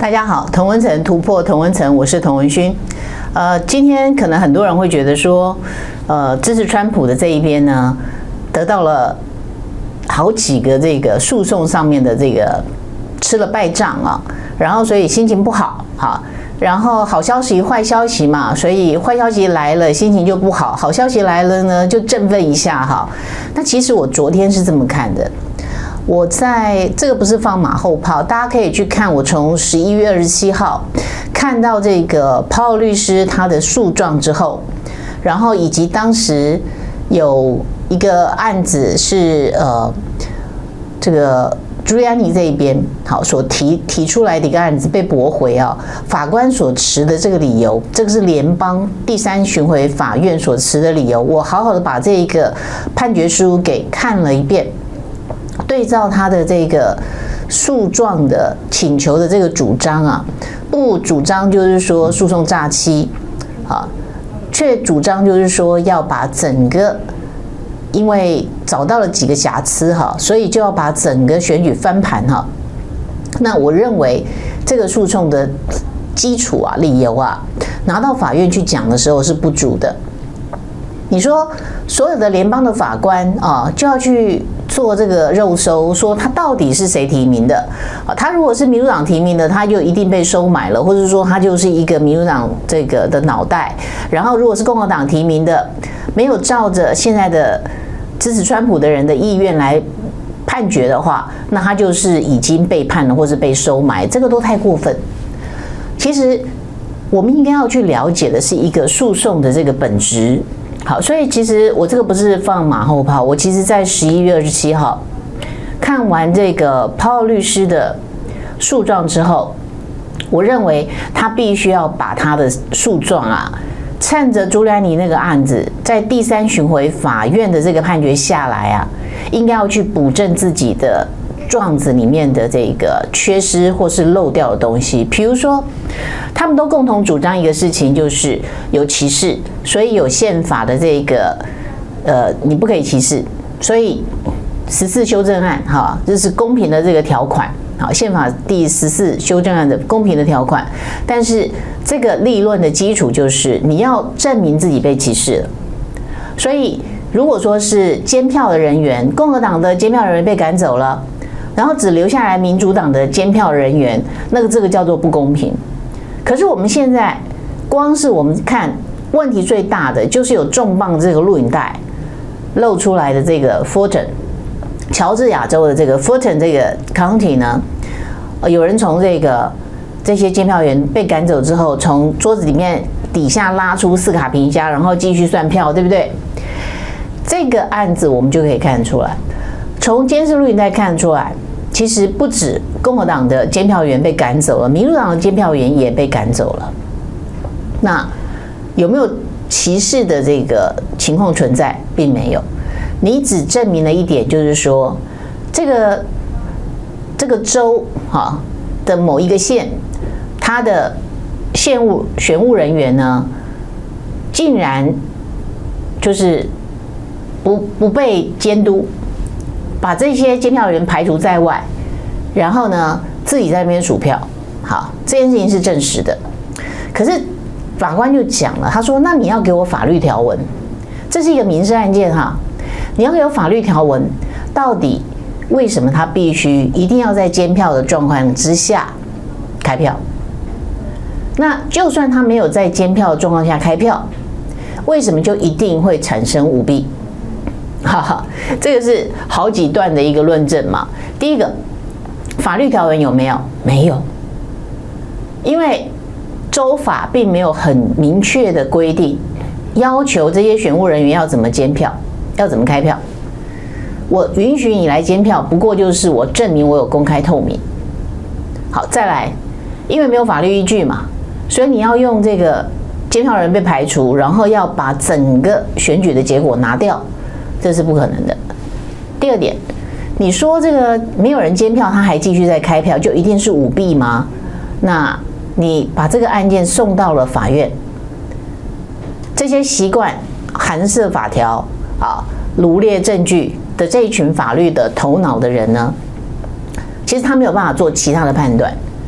大家好，同温层突破同温层，我是童文勋。今天可能很多人会觉得说，支持川普的这一边呢，得到了好几个这个诉讼上面的这个吃了败仗啊，然后所以心情不好哈。然后好消息、坏消息嘛，所以坏消息来了，心情就不好；好消息来了呢，就振奋一下哈。那其实我昨天是这么看的。我在这个不是放马后炮，大家可以去看。我从11月27号看到这个Paul律师他的诉状之后，然后以及当时有一个案子是这个朱利安尼这一边好所提出来的一个案子被驳回啊，法官所持的这个理由，这个是联邦第3巡回法院所持的理由。我好好的把这个判决书给看了一遍。对照他的这个诉状的请求的这个主张啊，不主张就是说诉讼诈欺啊，却主张就是说要把整个，因为找到了几个瑕疵哈，所以就要把整个选举翻盘哈。那我认为这个诉讼的基础啊、理由啊，拿到法院去讲的时候是不足的。你说所有的联邦的法官啊，就要去做这个肉搜，说他到底是谁提名的啊？他如果是民主党提名的，他就一定被收买了，或者说他就是一个民主党这个的脑袋。然后如果是共和党提名的，没有照着现在的支持川普的人的意愿来判决的话，那他就是已经背叛了，或是被收买，这个都太过分。其实我们应该要去了解的是一个诉讼的这个本质。好，所以其实我这个不是放马后炮，我其实在11月27号看完这个Paul律师的诉状之后，我认为他必须要把他的诉状啊，趁着朱利安尼那个案子在第3巡回法院的这个判决下来啊，应该要去补正自己的状子里面的这个缺失或是漏掉的东西。比如说他们都共同主张一个事情，就是有歧视，所以有宪法的这个你不可以歧视，所以14修正案哈，这是公平的这个条款，好，宪法第14修正案的公平的条款。但是这个立论的基础就是你要证明自己被歧视了。所以如果说是监票的人员，共和党的监票人员被赶走了，然后只留下来民主党的监票人员，这个叫做不公平。可是我们现在光是我们看问题最大的就是有重磅这个录影带露出来的这个 Fulton 乔治亚州的这个 Fulton 这个 county 呢，有人从这些监票员被赶走之后，从桌子里面底下拉出4卡皮夹，然后继续算票，对不对？这个案子我们就可以看出来，从监视录影带看出来，其实不止共和党的监票员被赶走了，民主党的监票员也被赶走了。那有没有歧视的这个情况存在？并没有。你只证明了一点，就是说这个州的某一个县，它的选务人员呢，竟然就是不被监督，把这些监票员排除在外，然后呢自己在那边数票。好，这件事情是证实的。可是法官就讲了，他说：“那你要给我法律条文，这是一个民事案件哈，你要给我法律条文，到底为什么他必须一定要在监票的状况之下开票？那就算他没有在监票的状况下开票，为什么就一定会产生舞弊？”哈哈，这个是好几段的一个论证嘛。第一个，法律条文有没有？没有，因为州法并没有很明确的规定，要求这些选务人员要怎么监票，要怎么开票。我允许你来监票，不过就是我证明我有公开透明。好，再来，因为没有法律依据嘛，所以你要用这个监票人被排除，然后要把整个选举的结果拿掉。这是不可能的。第二点，你说这个没有人监票，他还继续在开票，就一定是舞弊吗？那你把这个案件送到了法院，这些习惯函涉法条罗列证据的这一群法律的头脑的人呢，其实他没有办法做其他的判断。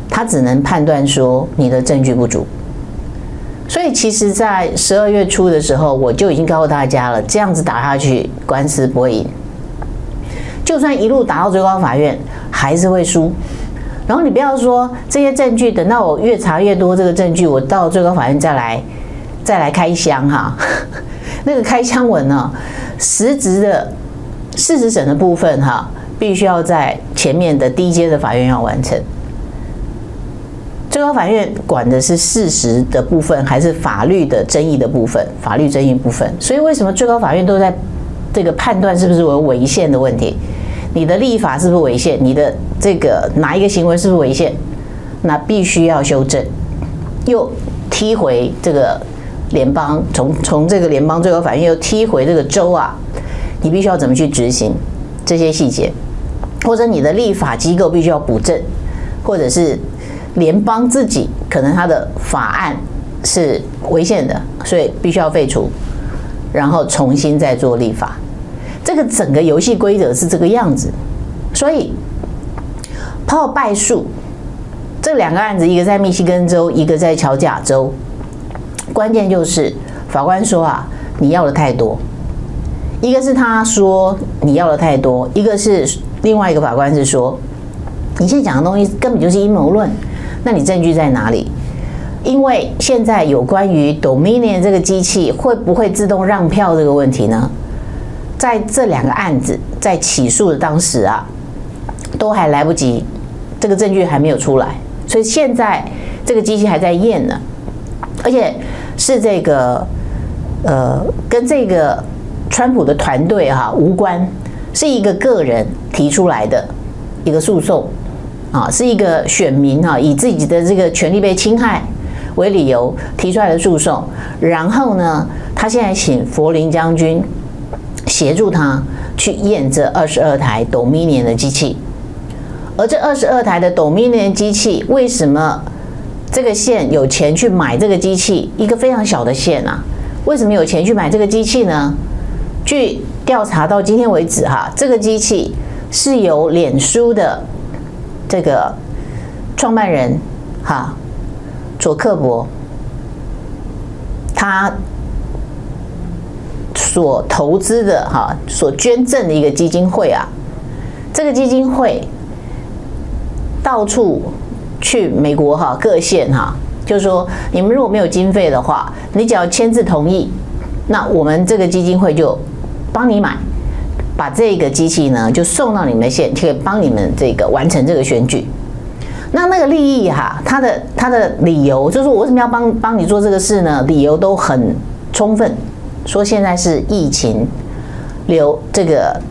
他只能判断说你的证据不足。所以其实在12月初的时候，我就已经告诉大家了，这样子打下去，官司不会赢。就算一路打到最高法院，还是会输。然后你不要说这些证据，等到我越查越多这个证据，我到最高法院再来开箱哈。那个开箱文呢，实质的事实审的部分哈，必须要在前面的低阶的法院要完成。最高法院管的是事实的部分，还是法律的争议的部分？法律争议部分。所以为什么最高法院都在这个判断是不是有违宪的问题？你的立法是不是违宪？你的这个哪一个行为是不是违宪？那必须要修正，又踢回这个联邦，从这个联邦最高法院又踢回这个州啊，你必须要怎么去执行这些细节，或者你的立法机构必须要补正，或者是联邦自己可能它的法案是违宪的，所以必须要废除，然后重新再做立法。这个整个游戏规则是这个样子，所以抛败诉这两个案子，一个在密西根州，一个在乔治亚州，关键就是法官说啊，你要的太多。一个是他说你要的太多，一个是另外一个法官是说，你现在讲的东西根本就是阴谋论，那你证据在哪里？因为现在有关于 Dominion 这个机器会不会自动让票这个问题呢，在这两个案子在起诉的当时啊，都还来不及，这个证据还没有出来，所以现在这个机器还在验呢，而且是这个跟这个川普的团队哈无关，是一个个人提出来的一个诉讼啊，是一个选民哈以自己的这个权利被侵害为理由提出来的诉讼，然后呢，他现在请佛林将军协助他去验这22台 Dominion 的机器，而这22台的 Dominion 机器，为什么这个县有钱去买这个机器？一个非常小的县啊，为什么有钱去买这个机器呢？据调查到今天为止哈，这个机器是由脸书的这个创办人哈佐克伯他所投资的哈，所捐赠的一个基金会啊，这个基金会到处去美国哈各县哈，就是说你们如果没有经费的话，你只要签字同意，那我们这个基金会就帮你买，把这个机器呢就送到你们的县，就可以帮你们这个完成这个选举。那个利益哈，他的理由就是我为什么要帮你做这个事呢？理由都很充分。说现在是疫情这个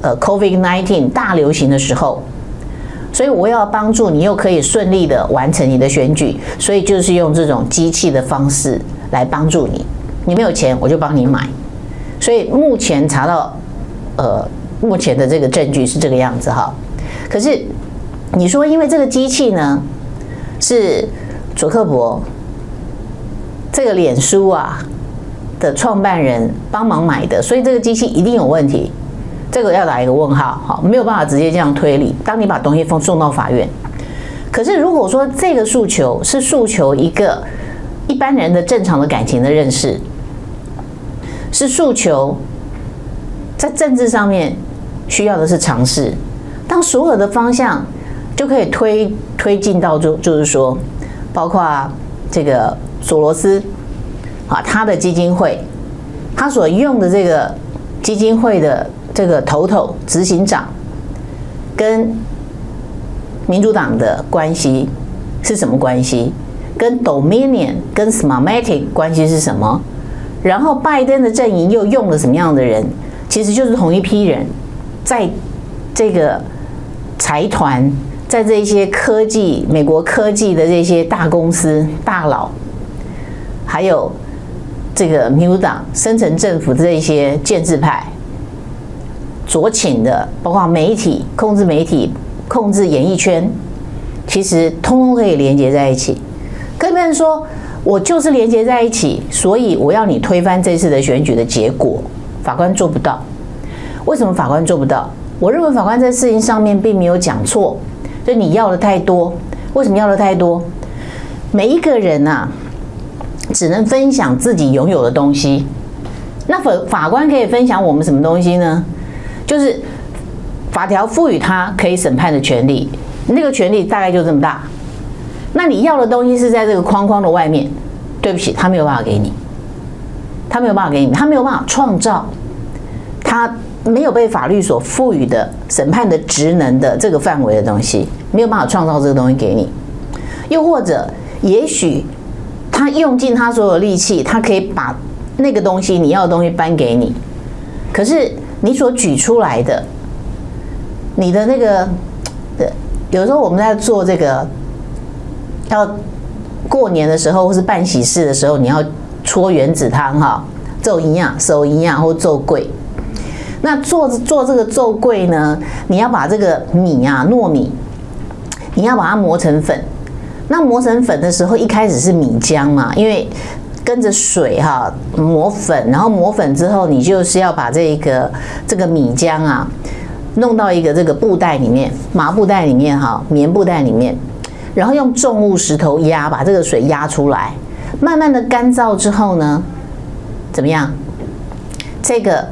COVID-19 大流行的时候，所以我要帮助你，又可以顺利的完成你的选举，所以就是用这种机器的方式来帮助你。你没有钱，我就帮你买。所以目前查到目前的这个证据是这个样子哈。可是你说，因为这个机器呢是佐克伯这个脸书啊的创办人帮忙买的，所以这个机器一定有问题，这个要打一个问号，好，没有办法直接这样推理。当你把东西送到法院，可是如果说这个诉求是诉求一个一般人的正常的感情的认识，是诉求在政治上面需要的是尝试，当所有的方向就可以推进到就是说，包括这个索罗斯。啊，他的基金会，他所用的这个基金会的这个头执行长，跟民主党的关系是什么关系？跟 Dominion 跟 Smartmatic 关系是什么？然后拜登的阵营又用了什么样的人？其实就是同一批人，在这个财团，在这些美国科技的这些大公司大佬，还有这个民主党深层政府的这些建制派左倾的，包括媒体控制演艺圈，其实通通可以连接在一起。可别人说我就是连接在一起，所以我要你推翻这次的选举的结果，法官做不到。为什么法官做不到？我认为法官在事情上面并没有讲错，就你要的太多， 为什么要的太多？每一个人啊，只能分享自己拥有的东西。那法官可以分享我们什么东西呢？就是法条赋予他可以审判的权利，那个权利大概就这么大。那你要的东西是在这个框框的外面，对不起，他没有办法给你，他没有办法给你，他没有办法创造，他没有被法律所赋予的审判的职能的这个范围的东西，没有办法创造这个东西给你。又或者，也许他用尽他所有力气，他可以把那个东西你要的东西搬给你，可是你所举出来的，你的那个，有时候我们在做这个，要过年的时候或是办喜事的时候，你要搓原子汤哈，做营养、手营养或做粿。那做这个做粿呢，你要把这个米啊，糯米，你要把它磨成粉。那磨成粉的时候，一开始是米浆嘛，因为跟着水哈磨粉，然后磨粉之后，你就是要把这个米浆啊弄到一个这个布袋里面，麻布袋里面哈，棉布袋里面，然后用重物石头压，把这个水压出来，慢慢的干燥之后呢，怎么样？这个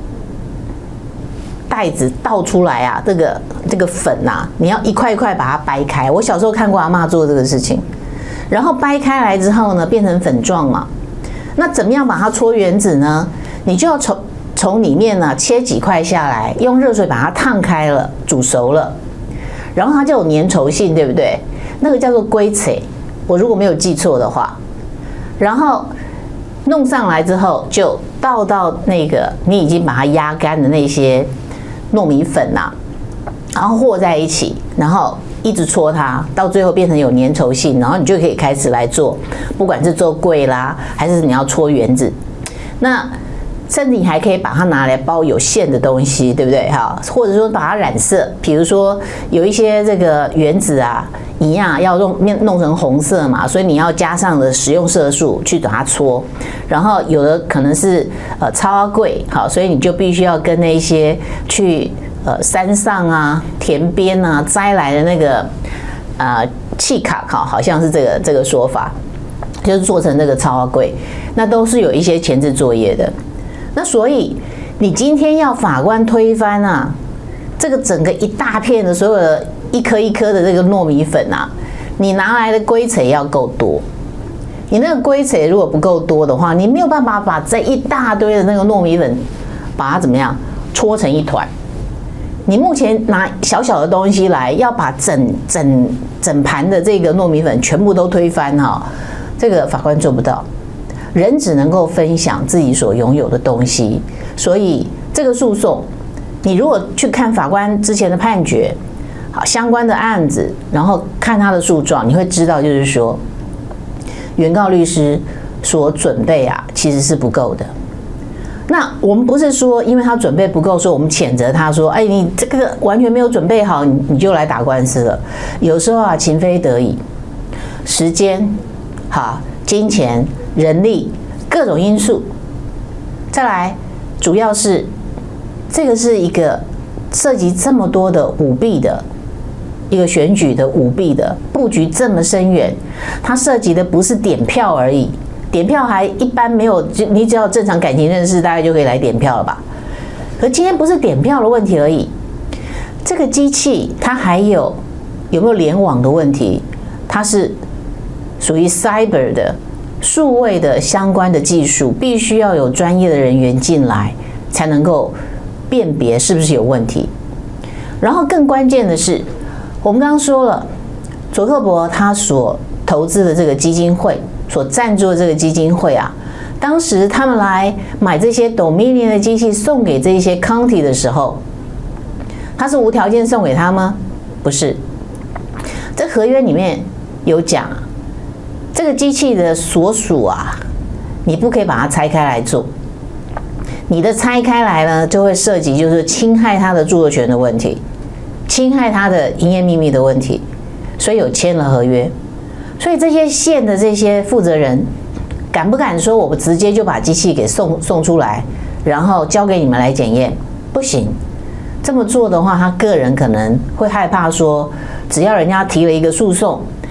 袋子倒出来啊，这个粉啊，你要一块一块把它掰开。我小时候看过阿嬷做这个事情，然后掰开来之后呢，变成粉状嘛。那怎么样把它搓原子呢？你就要从里面呢切几块下来，用热水把它烫开了，煮熟了，然后它就有粘稠性，对不对？那个叫做粿菜，我如果没有记错的话。然后弄上来之后，就倒到那个你已经把它压干的那些糯米粉啊，然后和在一起，然后一直搓它，到最后变成有粘稠性，然后你就可以开始来做，不管是做粿啦，还是你要搓原子，那甚至你还可以把它拿来包有馅的东西，对不对？哈，或者说把它染色，比如说有一些这个原子啊，一样要弄成红色嘛，所以你要加上的食用色素去把它搓，然后有的可能是草粿，好，所以你就必须要跟那些去山上啊、田边啊摘来的那个气卡，好像是这个说法，就是做成这个草粿，那都是有一些前置作业的。那所以你今天要法官推翻啊，这个整个一大片的所有的一颗一颗的这个糯米粉啊，你拿来的粿菜要够多。你那个粿菜如果不够多的话，你没有办法把这一大堆的那个糯米粉把它怎么样搓成一团。你目前拿小小的东西来，要把整盘的这个糯米粉全部都推翻哈，这个法官做不到。人只能够分享自己所拥有的东西，所以这个诉讼，你如果去看法官之前的判决，好相关的案子，然后看他的诉状，你会知道，就是说，原告律师所准备啊，其实是不够的。那我们不是说因为他准备不够，说我们谴责他说，哎，你这个完全没有准备好，你就来打官司了。有时候啊，情非得已，时间，好，金钱。人力各种因素，再来，主要是这个是一个涉及这么多的舞弊的一个选举的舞弊的布局这么深远，它涉及的不是点票而已，点票还一般没有，你只要正常感情认识，大概就可以来点票了吧？可今天不是点票的问题而已，这个机器它还有没有联网的问题，它是属于 cyber 的。数位的相关的技术必须要有专业的人员进来，才能够辨别是不是有问题。然后更关键的是，我们刚刚说了，佐克伯他所投资的这个基金会，所赞助的这个基金会啊，当时他们来买这些 Dominion 的机器送给这些 County 的时候，他是无条件送给他吗？不是，这合约里面有讲。这个机器的所属啊，你不可以把它拆开来做。你的拆开来呢，就会涉及就是侵害它的著作权的问题，侵害它的营业秘密的问题，所以有签了合约。所以这些县的这些负责人，敢不敢说我直接就把机器给送出来，然后交给你们来检验？不行。这么做的话，他个人可能会害怕说，只要人家提了一个诉讼，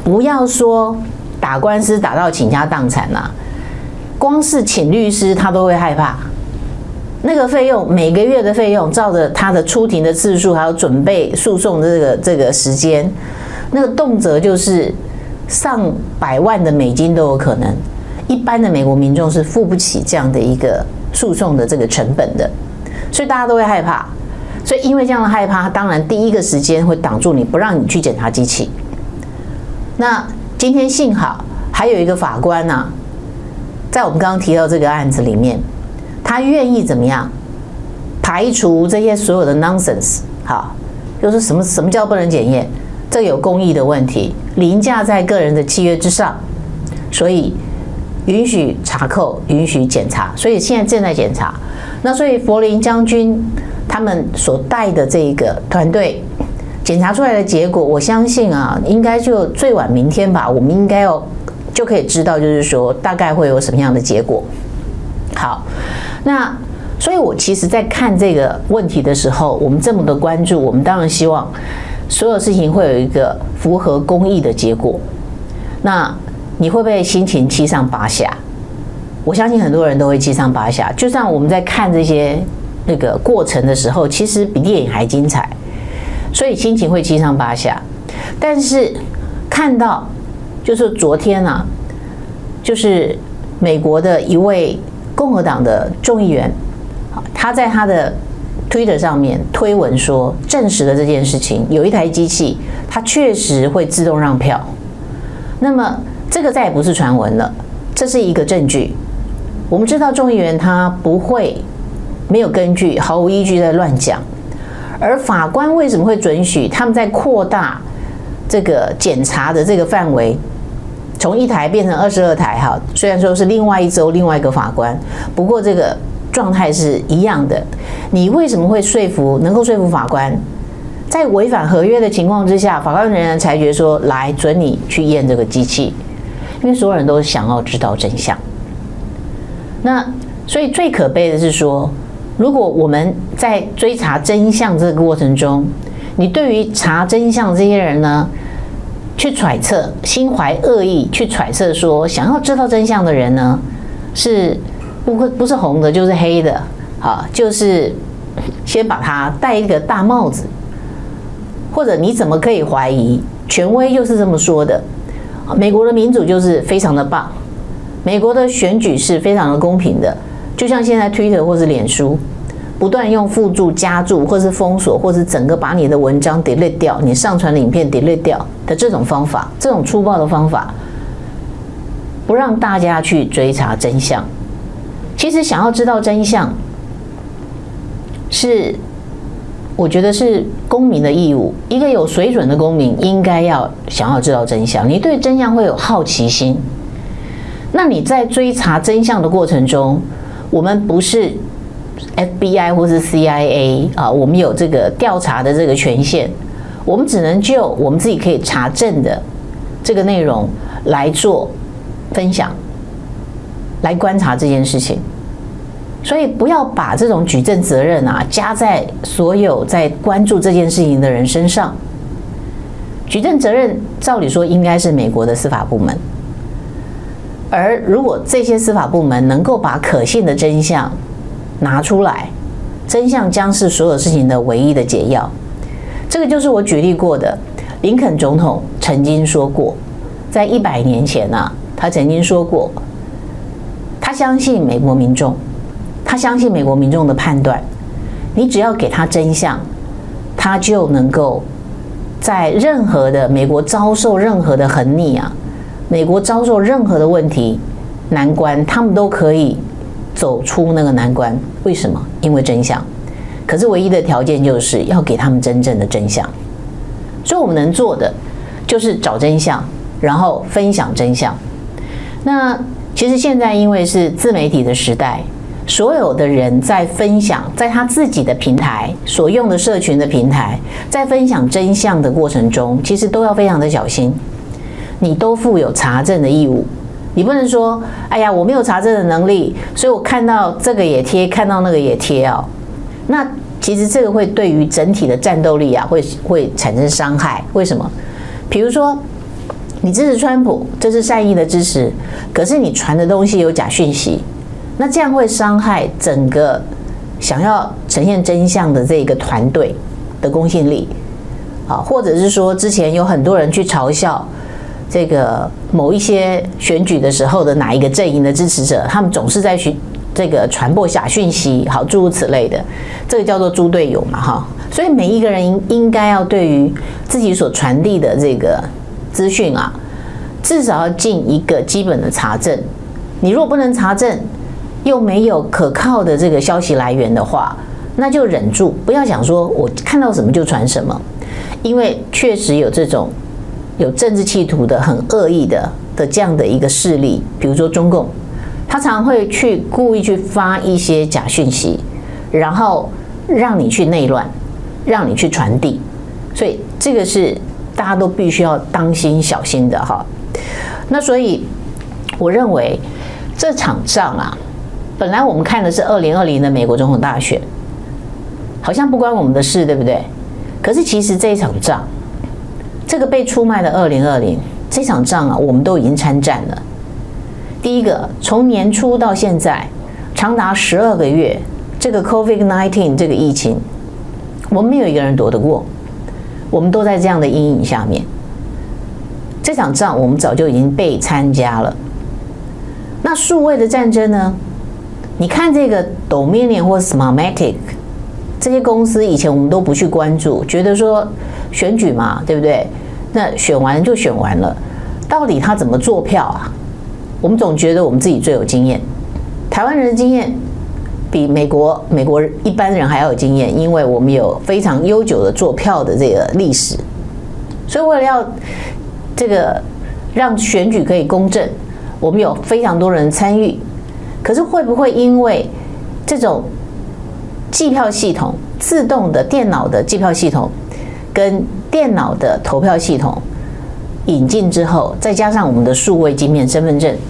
不要说打官司打到倾家荡产啦，光是请律师他都会害怕。那个费用，每个月的费用，照着他的出庭的次数，还有准备诉讼的这个时间，那个动辄就是上百万的美金都有可能。一般的美国民众是付不起这样的一个诉讼的这个成本的，所以大家都会害怕。所以因为这样的害怕，当然第一个时间会挡住你，不让你去检查机器。那今天幸好还有一个法官啊，在我们刚刚提到这个案子里面，他愿意怎么样排除这些所有的 nonsense， 好，就是什么叫不能检验？这个有公益的问题，凌驾在个人的契约之上，所以允许查扣，允许检查，所以现在正在检查。那所以柏林将军他们所带的这个团队检查出来的结果，我相信啊，应该就最晚明天吧，我们应该就可以知道，就是说大概会有什么样的结果。好，那所以我其实在看这个问题的时候，我们这么的关注，我们当然希望所有事情会有一个符合公义的结果。那你会不会心情七上八下？我相信很多人都会七上八下。就像我们在看这些那个过程的时候，其实比电影还精彩，所以心情会七上八下。但是看到就是昨天啊，就是美国的一位共和党的众议员，他在他的 Twitter 上面推文说，证实了这件事情，有一台机器它确实会自动让票。那么这个再也不是传闻了，这是一个证据。我们知道众议员他不会没有根据、毫无依据在乱讲，而法官为什么会准许他们在扩大这个检查的这个范围，从1台变成22台？哈，虽然说是另外一州另外一个法官，不过这个状态是一样的。你为什么会能够说服法官？在违反合约的情况之下，法官仍然裁决说，来准你去验这个机器，因为所有人都想要知道真相。那所以最可悲的是说，如果我们在追查真相这个过程中，你对于查真相这些人呢，去揣测，心怀恶意去揣测说，想要知道真相的人呢，是不是红的就是黑的啊，就是先把他戴一个大帽子。或者你怎么可以怀疑？权威就是这么说的。美国的民主就是非常的棒，美国的选举是非常的公平的。就像现在 Twitter 或是脸书，不断用附注、加注，或是封锁，或是整个把你的文章 delete 掉，你上传的影片 delete 掉的这种方法，这种粗暴的方法，不让大家去追查真相。其实想要知道真相，我觉得是公民的义务。一个有水准的公民应该要想要知道真相，你对真相会有好奇心。那你在追查真相的过程中，我们不是 FBI 或是 CIA 啊，我们有这个调查的这个权限，我们只能就我们自己可以查证的这个内容来做分享，来观察这件事情。所以不要把这种举证责任啊加在所有在关注这件事情的人身上。举证责任照理说应该是美国的司法部门，而如果这些司法部门能够把可信的真相拿出来，真相将是所有事情的唯一的解药。这个就是我举例过的，林肯总统曾经说过，在100年前啊，他曾经说过，他相信美国民众。他相信美国民众的判断，你只要给他真相，他就能够在任何的美国遭受任何的横逆啊，美国遭受任何的问题难关，他们都可以走出那个难关。为什么？因为真相。可是唯一的条件就是要给他们真正的真相。所以我们能做的就是找真相，然后分享真相。那其实现在因为是自媒体的时代，所有的人在分享，在他自己的平台所用的社群的平台，在分享真相的过程中，其实都要非常的小心。你都负有查证的义务，你不能说，哎呀，我没有查证的能力，所以我看到这个也贴，看到那个也贴哦。那其实这个会对于整体的战斗力啊，会产生伤害。为什么？比如说， 你支持川普，这是善意的支持，可是你传的东西有假讯息，那这样会伤害整个想要呈现真相的这个团队的公信力啊，或者是说之前有很多人去嘲笑这个某一些选举的时候的哪一个阵营的支持者，他们总是在这个传播假讯息，好，诸如此类的，这个叫做猪队友嘛，哈。所以每一个人应该要对于自己所传递的这个资讯啊，至少要尽一个基本的查证。你如果不能查证，又没有可靠的这个消息来源的话，那就忍住，不要想说我看到什么就传什么，因为确实有这种有政治企图的、很恶意的这样的一个势力，比如说中共，他常会去故意去发一些假讯息，然后让你去内乱，让你去传递，所以这个是大家都必须要当心小心的哈。那所以我认为这场仗啊，本来我们看的是2020的美国总统大选，好像不关我们的事，对不对？可是其实这一场仗，这个被出卖的2020这场仗啊，我们都已经参战了。第一个，从年初到现在，长达12个月，这个 COVID-19 这个疫情，我们没有一个人躲得过，我们都在这样的阴影下面。这场仗我们早就已经被参加了。那数位的战争呢？你看这个 Dominion 或 Smartmatic 这些公司，以前我们都不去关注，觉得说选举嘛，对不对？那选完就选完了，到底他怎么做票啊？我们总觉得我们自己最有经验，台湾人的经验比美国一般人还要有经验，因为我们有非常悠久的做票的这个历史，所以为了要这个让选举可以公正，我们有非常多人参与。可是会不会因为这种计票系统，自动的电脑的计票系统跟电脑的投票系统引进之后，再加上我们的数位晶片身份证，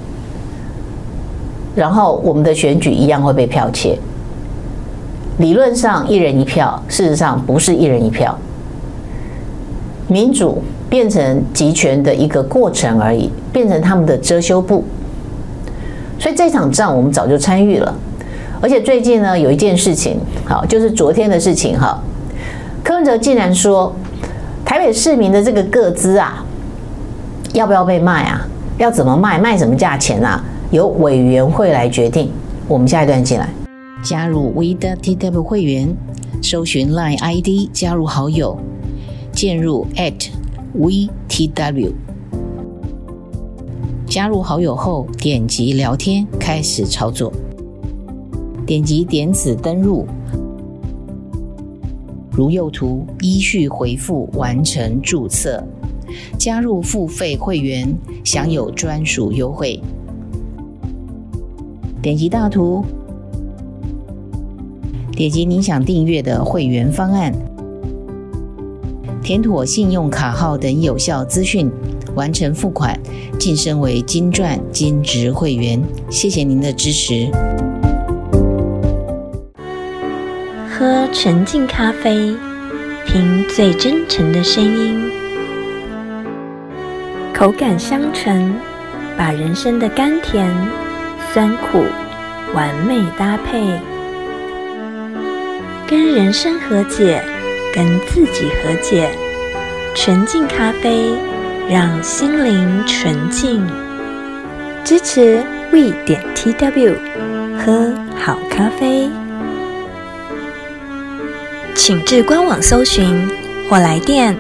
然后我们的选举一样会被剽窃？理论上一人一票，事实上不是一人一票，民主变成集权的一个过程而已，变成他们的遮羞布。所以这场仗我们早就参与了，而且最近呢有一件事情，好，就是昨天的事情哈，柯文哲竟然说台北市民的这个个资啊，要不要被卖啊？要怎么卖？卖什么价钱啊？由委员会来决定。我们下一段进来，加入 We.TW 会员，搜寻 LINE ID 加入好友，键入 @WeTW。加入好友后，点击聊天开始操作，点击点此登入，如右图依序回复完成注册，加入付费会员，享有专属优惠。点击大图，点击您想订阅的会员方案，填妥信用卡号等有效资讯，完成付款，晋升为金钻金质会员。谢谢您的支持。 喝沉静咖啡，听最真诚的声音，口感香醇，把人生的甘甜、酸苦完美搭配，跟人生和解，跟自己和解。沉静咖啡，让心灵纯净。支持 We.TW， 喝好咖啡。请至官网搜寻或来电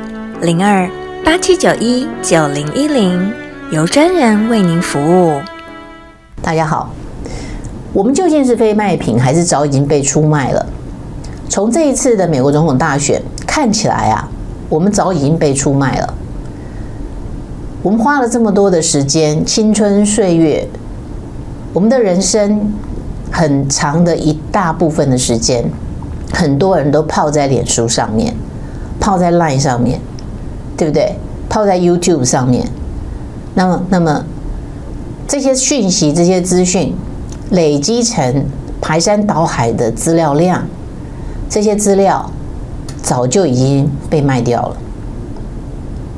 02-8791-9010，由专人为您服务。 大家好，我们究竟是非卖品，还是早已经被出卖了？从这一次的美国总统大选看起来啊，我们早已经被出卖了。我们花了这么多的时间、青春岁月，我们的人生很长的一大部分的时间，很多人都泡在脸书上面，泡在 LINE 上面，对不对？泡在 YouTube 上面。那么这些讯息、这些资讯累积成排山倒海的资料量，这些资料早就已经被卖掉了。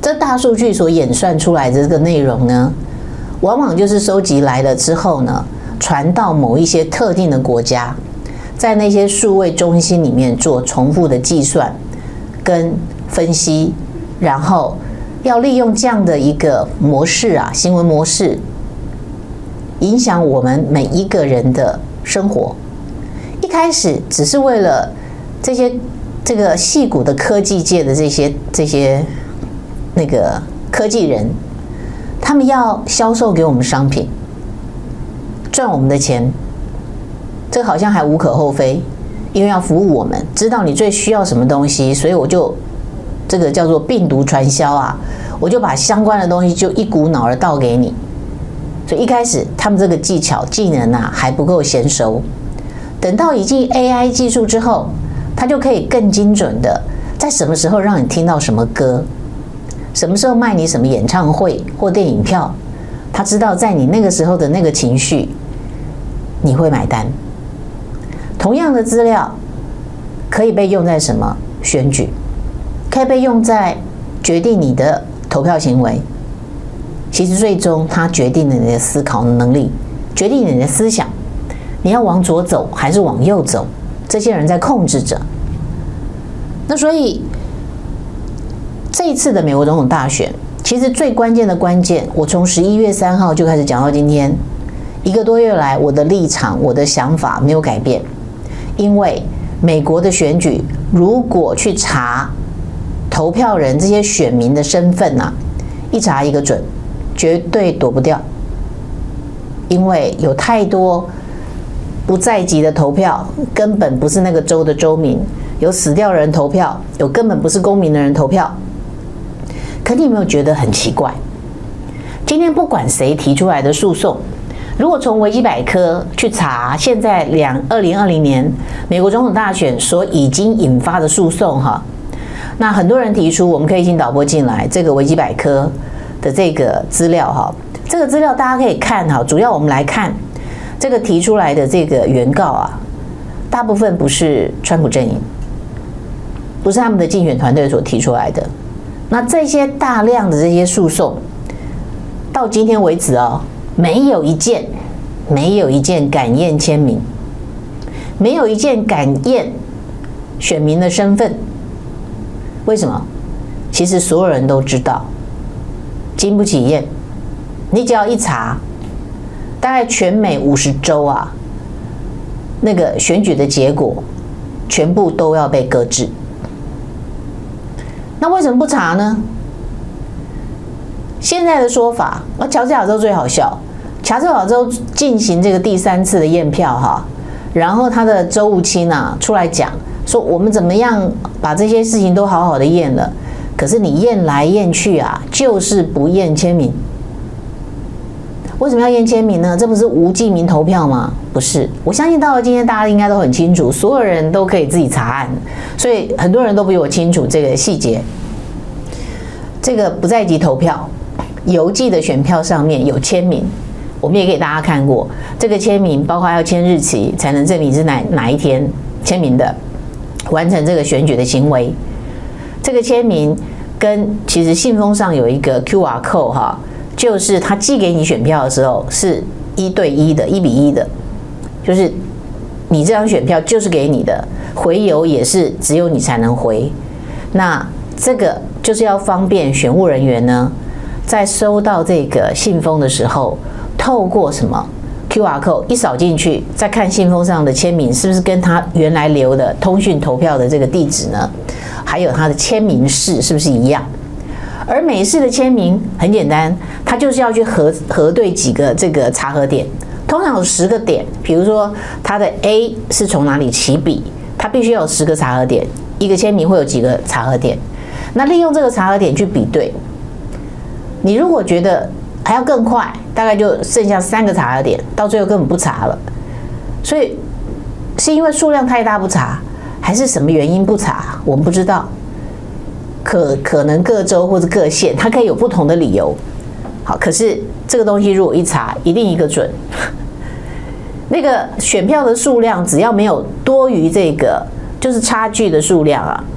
这大数据所演算出来的这个内容呢，往往就是收集来了之后呢，传到某一些特定的国家，在那些数位中心里面做重复的计算跟分析，然后要利用这样的一个模式啊，新闻模式，影响我们每一个人的生活。一开始只是为了这个矽谷的科技界的这些那个科技人，他们要销售给我们商品，赚我们的钱，这好像还无可厚非，因为要服务我们，知道你最需要什么东西，所以我就这个叫做病毒传销啊，我就把相关的东西就一股脑儿倒给你。所以一开始他们这个技巧技能啊还不够娴熟，等到已经 AI 技术之后，他就可以更精准的在什么时候让你听到什么歌，什么时候卖你什么演唱会或电影票，他知道在你那个时候的那个情绪你会买单。同样的资料可以被用在什么？选举，可以被用在决定你的投票行为。其实最终它决定了你的思考能力，决定你的思想，你要往左走还是往右走，这些人在控制着。那所以这一次的美国总统大选，其实最关键的关键，我从11月3号就开始讲到今天1个多月来，我的立场我的想法没有改变。因为美国的选举，如果去查投票人这些选民的身份啊，一查一个准，绝对躲不掉。因为有太多不在籍的投票，根本不是那个州的州民，有死掉人投票，有根本不是公民的人投票。可你有没有觉得很奇怪？今天不管谁提出来的诉讼，如果从维基百科去查现在2020年美国总统大选所已经引发的诉讼哈，那很多人提出，我们可以请导播进来这个维基百科的这个资料哈，这个资料大家可以看哈，主要我们来看这个提出来的这个原告啊，大部分不是川普阵营，不是他们的竞选团队所提出来的。那这些大量的这些诉讼，到今天为止啊，没有一件敢验签名，没有一件敢验选民的身份。为什么？其实所有人都知道，经不起验。你只要一查，大概全美50州啊，那个选举的结果，全部都要被搁置。那为什么不查呢？现在的说法，乔治亚州最好笑。乔治亚州进行这个第3次的验票哈，然后他的州务卿啊出来讲说，我们怎么样把这些事情都好好的验了，可是你验来验去啊，就是不验签名。为什么要验签名呢？这不是无记名投票吗？不是，我相信到了今天大家应该都很清楚，所有人都可以自己查案，所以很多人都比我清楚这个细节。这个不在籍投票，邮寄的选票上面有签名。我们也给大家看过，这个签名包括要签日期，才能证明是哪一天签名的，完成这个选举的行为。这个签名跟其实信封上有一个 QR code 哈，就是他寄给你选票的时候是1对1的，1比1的，就是你这张选票就是给你的，回邮也是只有你才能回。那这个就是要方便选务人员呢，在收到这个信封的时候，透过什么 QR code 一扫进去，再看信封上的签名是不是跟他原来留的通讯投票的这个地址呢，还有他的签名室是不是一样。而美式的签名很简单，它就是要去核对几个这个查核点，通常有10个点，比如说它的 A 是从哪里起笔，它必须要有10个查核点，一个签名会有几个查核点，那利用这个查核点去比对。你如果觉得还要更快，大概就剩下3个查核点，到最后根本不查了。所以是因为数量太大不查，还是什么原因不查？我们不知道。可能各州或者各县，它可以有不同的理由。好，可是这个东西如果一查，一定一个准。那个选票的数量只要没有多于这个，就是差距的数量啊，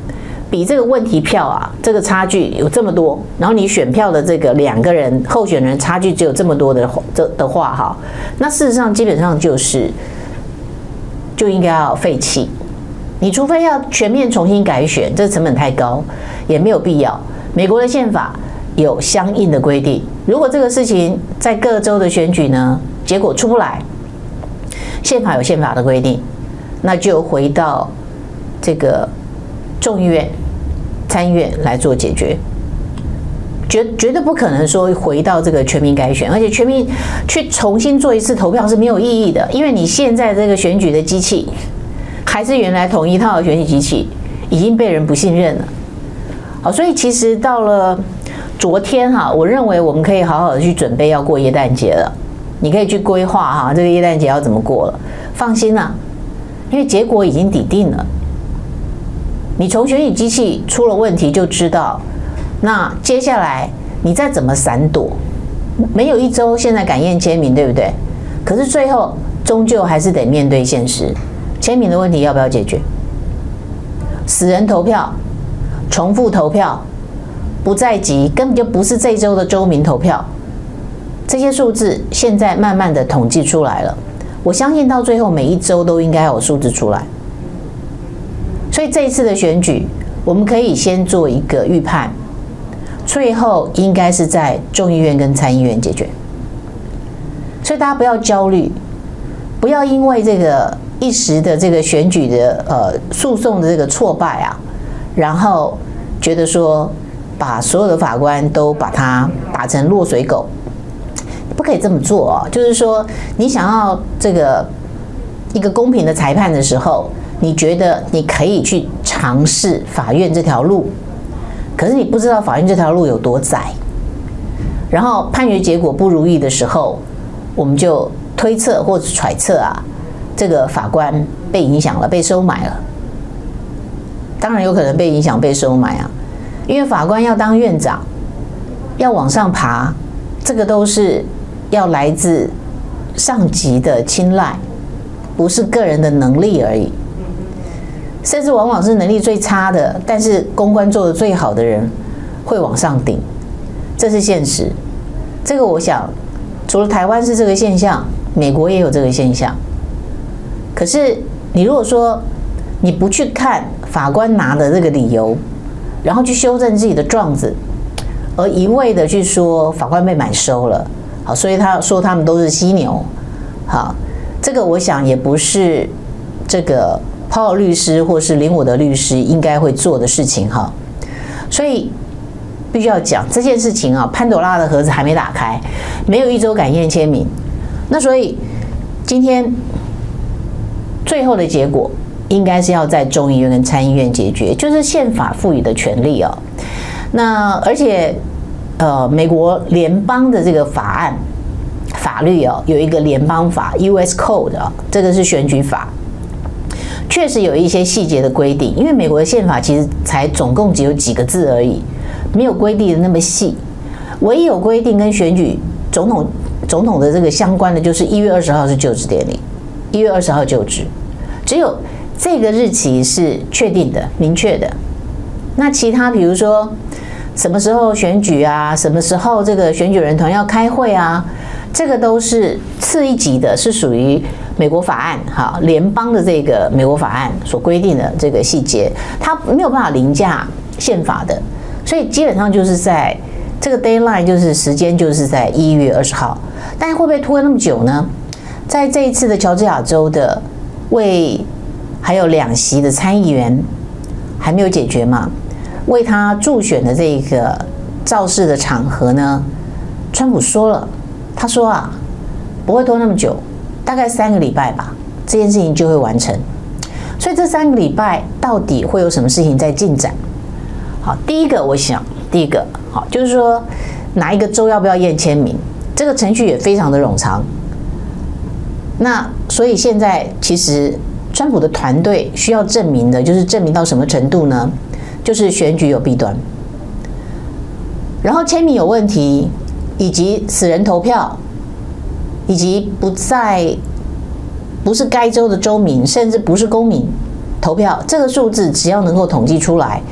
比这个问题票啊，这个差距有这么多，然后你选票的这个2个人候选人差距只有这么多的话哈，那事实上基本上就应该要废弃。你除非要全面重新改选，这成本太高，也没有必要。美国的宪法有相应的规定，如果这个事情在各州的选举呢，结果出不来，宪法有宪法的规定，那就回到这个众议院、参议院来做解决，绝对不可能说回到这个全民改选，而且全民去重新做一次投票是没有意义的，因为你现在这个选举的机器还是原来同一套的选举机器，已经被人不信任了。好，所以其实到了昨天哈，我认为我们可以好好的去准备要过耶诞节了，你可以去规划哈，这个耶诞节要怎么过了。放心啦，因为结果已经底定了。你从选举机器出了问题就知道，那接下来你再怎么闪躲，没有一周现在敢验签名，对不对？可是最后终究还是得面对现实，签名的问题要不要解决？死人投票、重复投票、不在籍，根本就不是这一周的州民投票，这些数字现在慢慢的统计出来了，我相信到最后每一周都应该有数字出来。所以这一次的选举，我们可以先做一个预判，最后应该是在众议院跟参议院解决。所以大家不要焦虑，不要因为这个一时的这个选举的诉讼的这个挫败啊，然后觉得说把所有的法官都把它打成落水狗，不可以这么做啊！就是说，你想要这个一个公平的裁判的时候，你觉得你可以去尝试法院这条路，可是你不知道法院这条路有多窄。然后判决结果不如意的时候，我们就推测或者揣测啊，这个法官被影响了，被收买了。当然有可能被影响、被收买啊，因为法官要当院长，要往上爬，这个都是要来自上级的青睐，不是个人的能力而已。甚至往往是能力最差的，但是公关做得最好的人会往上顶，这是现实。这个我想，除了台湾是这个现象，美国也有这个现象。可是你如果说你不去看法官拿的这个理由，然后去修正自己的状子，而一味的去说法官被买收了，好，所以他说他们都是犀牛，好，这个我想也不是这个Paul律师或是林伍德律师应该会做的事情哈，所以必须要讲这件事情啊，潘朵拉的盒子还没打开，没有一周敢验签名，那所以今天最后的结果应该是要在众议院跟参议院解决，就是宪法赋予的权利哦。那而且美国联邦的这个法律哦，有一个联邦法 US Code 啊，这个是选举法。确实有一些细节的规定，因为美国的宪法其实才总共只有几个字而已，没有规定的那么细。唯一有规定跟选举总统的这个相关的，就是1月20号是就职典礼，1月20号就职，只有这个日期是确定的、明确的。那其他比如说什么时候选举啊，什么时候这个选举人团要开会啊，这个都是次一级的，是属于美国法案哈，联邦的这个美国法案所规定的这个细节，它没有办法凌驾宪法的，所以基本上就是在这个 deadline 就是时间就是在1月20号，但会不会拖那么久呢？在这一次的乔治亚州的还有2席的参议员还没有解决嘛，为他助选的这个造势的场合呢，川普说了，他说啊，不会拖那么久，大概3个礼拜吧，这件事情就会完成。所以这3个礼拜到底会有什么事情在进展？好，第一个好，就是说哪一个州要不要验签名，这个程序也非常的冗长。那所以现在其实川普的团队需要证明的，就是证明到什么程度呢？就是选举有弊端，然后签名有问题，以及死人投票，以及不是该州的州民，甚至不是公民投票，这个数字只要能够统计出来，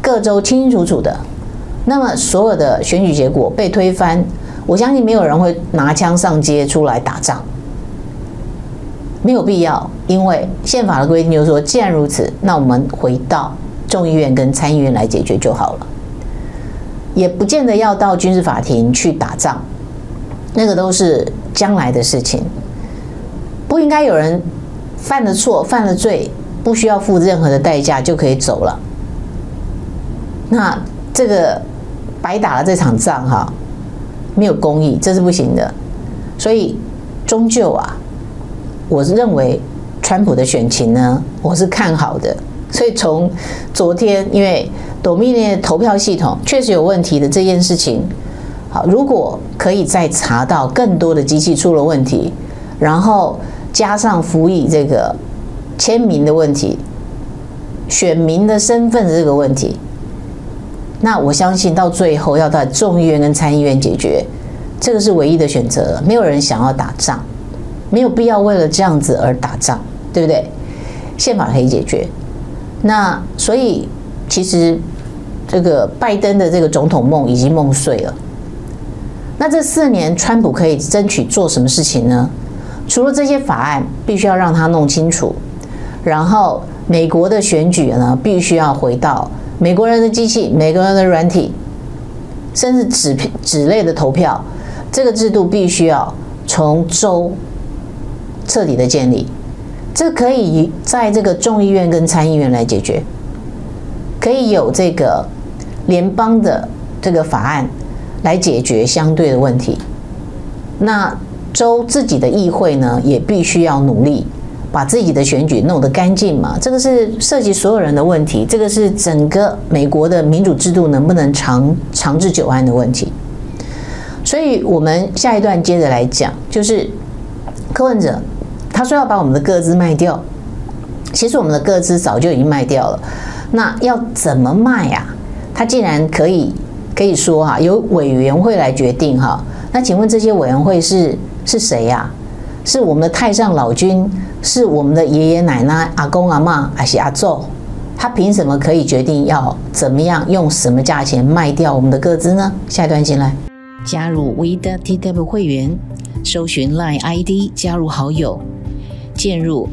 各州清清楚楚的，那么所有的选举结果被推翻，我相信没有人会拿枪上街出来打仗，没有必要，因为宪法的规定就是说，既然如此，那我们回到众议院跟参议院来解决就好了，也不见得要到军事法庭去打仗，那个都是将来的事情。不应该有人犯了错、犯了罪，不需要付任何的代价就可以走了。那这个白打了这场仗哈，没有公义，这是不行的。所以终究啊，我认为川普的选情呢，我是看好的。所以从昨天，因为Dominion投票系统确实有问题的这件事情，好，如果可以再查到更多的机器出了问题，然后加上辅以这个签名的问题、选民的身份的这个问题，那我相信到最后要到众议院跟参议院解决，这个是唯一的选择了。没有人想要打仗，没有必要为了这样子而打仗，对不对？宪法可以解决。那所以其实这个拜登的这个总统梦已经梦碎了。那这4年川普可以争取做什么事情呢？除了这些法案必须要让他弄清楚，然后美国的选举呢，必须要回到美国人的机器、美国人的软体，甚至纸类的投票，这个制度必须要从州彻底的建立。这可以在这个众议院跟参议院来解决，可以有这个联邦的这个法案来解决相对的问题。那州自己的议会呢，也必须要努力把自己的选举弄得干净嘛，这个是涉及所有人的问题，这个是整个美国的民主制度能不能长治久安的问题。所以我们下一段接着来讲，就是柯文哲他说要把我们的个资卖掉，其实我们的个资早就已经卖掉了，那要怎么卖啊？他竟然可以说哈，由委员会来决定哈。那请问这些委员会是谁呀？是我们的太上老君，是我们的爷爷奶奶、阿公阿嬷还是阿祖？他凭什么可以决定要怎么样用什么价钱卖掉我们的个资呢？下一段进来，加入 WeTW 会员，搜寻 LINE ID 加入好友，键入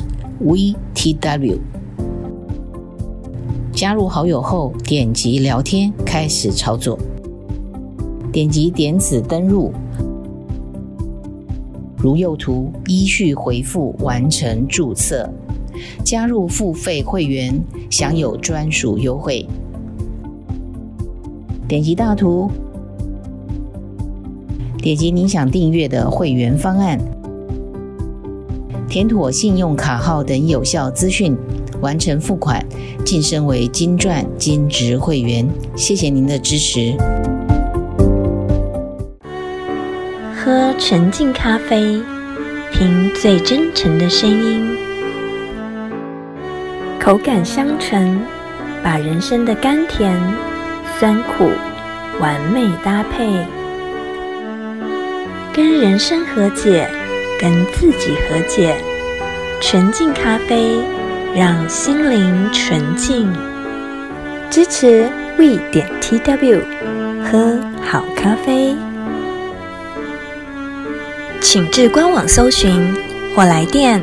@WeTW。加入好友后，点击聊天，开始操作。点击点此登入，如右图依序回复完成注册，加入付费会员，享有专属优惠。点击大图，点击您想订阅的会员方案，填妥信用卡号等有效资讯，完成付款，晋升为金钻金质会员。谢谢您的支持。 喝沉浸咖啡，听最真诚的声音，口感香醇，把人生的甘甜、酸苦完美搭配，跟人生和解，跟自己和解。沉浸咖啡，让心灵纯净。支持 we.tw， 喝好咖啡。请至官网搜寻或来电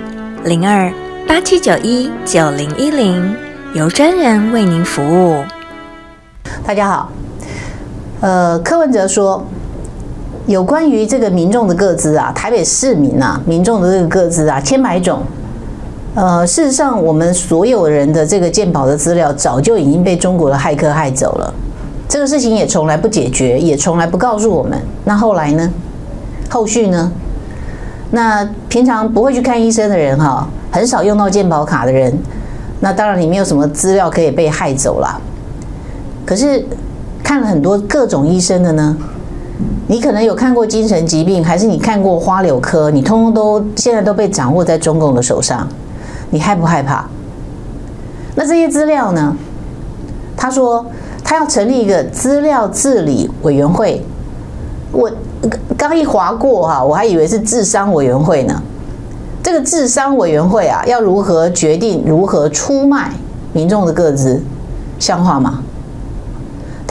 02-8791-9010，由专人为您服务。 大家好，柯文哲说，有关于这个民众的个资啊，台北市民啊，民众的这个个资啊，千百种。事实上，我们所有人的这个健保的资料，早就已经被中国的骇客害走了。这个事情也从来不解决，也从来不告诉我们。那后来呢？后续呢？那平常不会去看医生的人哈，很少用到健保卡的人，那当然你没有什么资料可以被害走啦。可是看了很多各种医生的呢，你可能有看过精神疾病，还是你看过花柳科，你通通都现在都被掌握在中共的手上，你害不害怕？那这些资料呢？他说他要成立一个资料治理委员会，我刚一划过哈，我还以为是治商委员会呢。这个治商委员会啊，要如何决定如何出卖民众的个资，像话吗？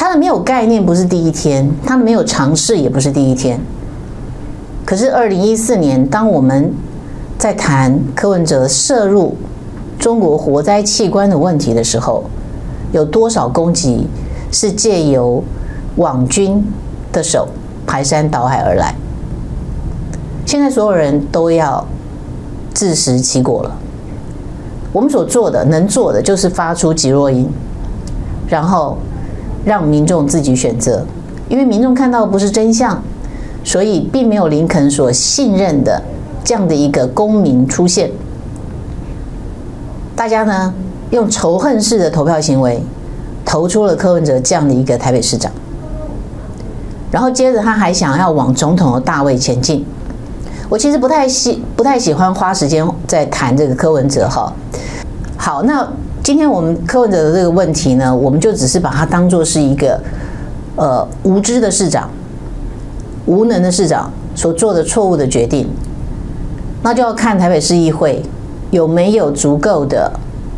他的没有概念不是第一天，他的没有尝试也不是第一天。可是2014年，当我们在谈柯文哲涉入中国活摘器官的问题的时候，有多少攻击是借由网军的手排山倒海而来？现在所有人都要自食其果了。我们所做的、能做的，就是发出极弱音，然后让民众自己选择。因为民众看到的不是真相，所以并没有林肯所信任的这样的一个公民出现。大家呢用仇恨式的投票行为投出了柯文哲这样的一个台北市长，然后接着他还想要往总统的大位前进。我其实不太喜欢花时间在谈这个柯文哲哈。好，那今天我们柯文哲的这个问题呢，我们就只是把它当作是一个无知的市长、无能的市长所做的错误的决定，那就要看台北市议会有没有足够的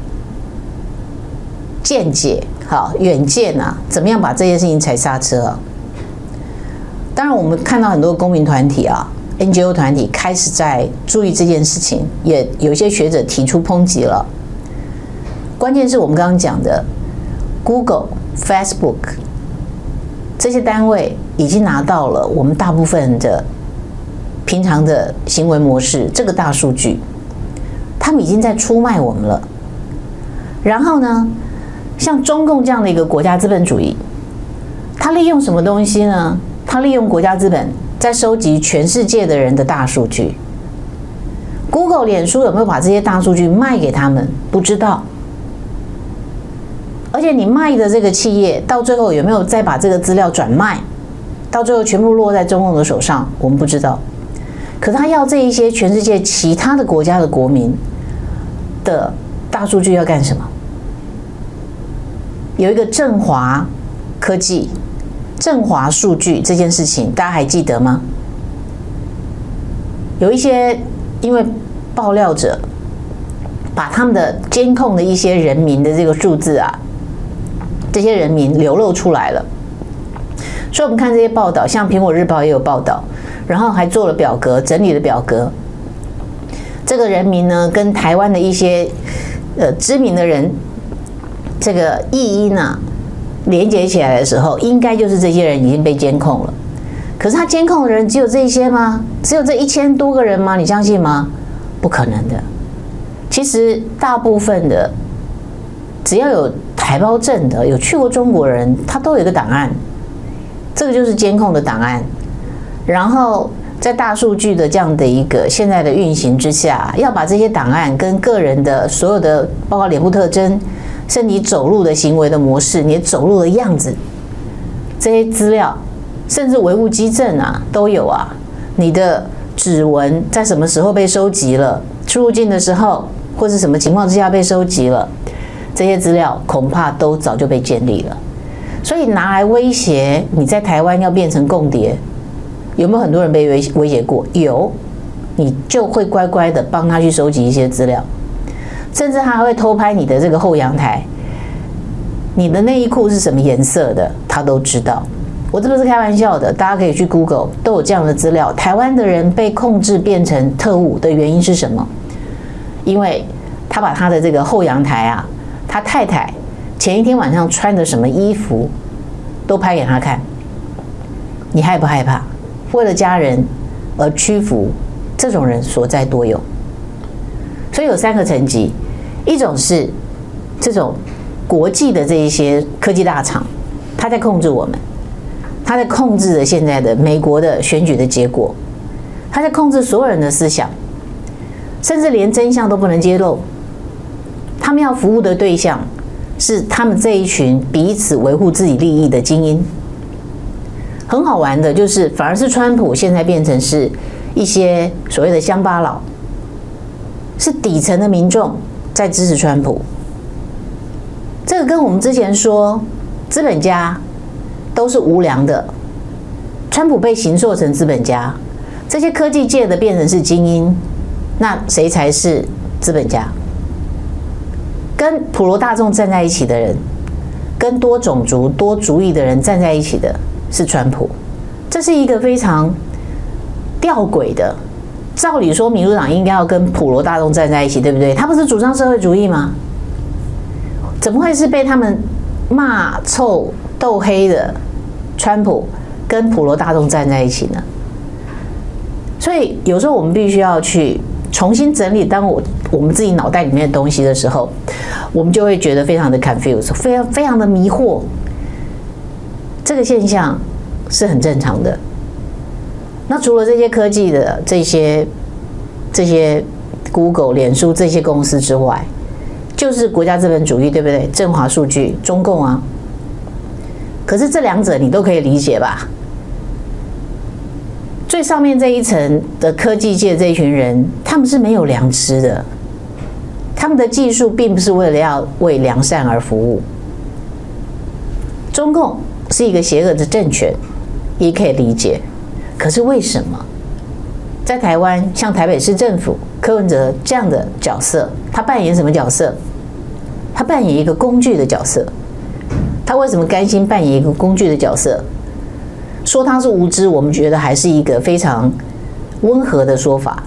见解、好远见啊，怎么样把这件事情踩刹车啊？当然，我们看到很多公民团体啊、NGO 团体开始在注意这件事情，也有一些学者提出抨击了。关键是我们刚刚讲的 Google、Facebook 这些单位已经拿到了我们大部分的平常的行为模式，这个大数据，他们已经在出卖我们了。然后呢，像中共这样的一个国家资本主义，他利用什么东西呢？他利用国家资本在收集全世界的人的大数据。Google、脸书有没有把这些大数据卖给他们？不知道。而且你卖的这个企业到最后有没有再把这个资料转卖，到最后全部落在中共的手上，我们不知道。可是他要这一些全世界其他的国家的国民的大数据要干什么？有一个振华科技、振华数据这件事情，大家还记得吗？有一些因为爆料者把他们的监控的一些人民的这个数字啊，这些人民流露出来了。所以我们看这些报道，像苹果日报也有报道，然后还做了表格，整理了表格。这个人民呢，跟台湾的一些知名的人，这个译音啊连接起来的时候，应该就是这些人已经被监控了。可是他监控的人只有这些吗？只有这1000多个人吗？你相信吗？不可能的。其实大部分的只要有台胞证的、有去过中国人，他都有一个档案，这个就是监控的档案。然后在大数据的这样的一个现在的运行之下，要把这些档案跟个人的所有的，包括脸部特征，甚至你走路的行为的模式，你走路的样子，这些资料，甚至微物基证啊都有啊。你的指纹在什么时候被收集了？出入境的时候，或是什么情况之下被收集了？这些资料恐怕都早就被建立了。所以拿来威胁你在台湾要变成共谍，有没有很多人被威胁过？有，你就会乖乖的帮他去收集一些资料，甚至他还会偷拍你的这个后阳台，你的内衣裤是什么颜色的，他都知道。我这不是开玩笑的，大家可以去 Google， 都有这样的资料。台湾的人被控制变成特务的原因是什么？因为他把他的这个后阳台啊，他太太前一天晚上穿的什么衣服都拍给他看。你害不害怕？为了家人而屈服，这种人所在多有。所以有3个层级，一种是这种国际的这一些科技大厂，他在控制我们，他在控制着现在的美国的选举的结果，他在控制所有人的思想，甚至连真相都不能揭露。他们要服务的对象是他们这一群彼此维护自己利益的精英。很好玩的就是，反而是川普现在变成是一些所谓的乡巴佬，是底层的民众在支持川普。这个跟我们之前说资本家都是无良的，川普被形塑成资本家，这些科技界的变成是精英，那谁才是资本家？跟普罗大众站在一起的人， 跟多种族、多族裔的人站在一起的是川普，这是一个非常吊诡的。照理说，民主党应该要跟普罗大众站在一起，对不对？他不是主张社会主义吗？怎么会是被他们骂臭斗黑的川普跟普罗大众站在一起呢？所以有时候我们必须要去重新整理我们自己脑袋里面的东西的时候，我们就会觉得非常的 confused， 非常的迷惑。这个现象是很正常的。那除了这些科技的这些 Google、脸书这些公司之外，就是国家资本主义，对不对？振华数据、中共啊。可是这两者你都可以理解吧？最上面这一层的科技界这一群人，他们是没有良知的，他们的技术并不是为了要为良善而服务。中共是一个邪恶的政权，也可以理解。可是为什么在台湾，像台北市政府柯文哲这样的角色，他扮演什么角色？他扮演一个工具的角色。他为什么甘心扮演一个工具的角色？说他是无知，我们觉得还是一个非常温和的说法。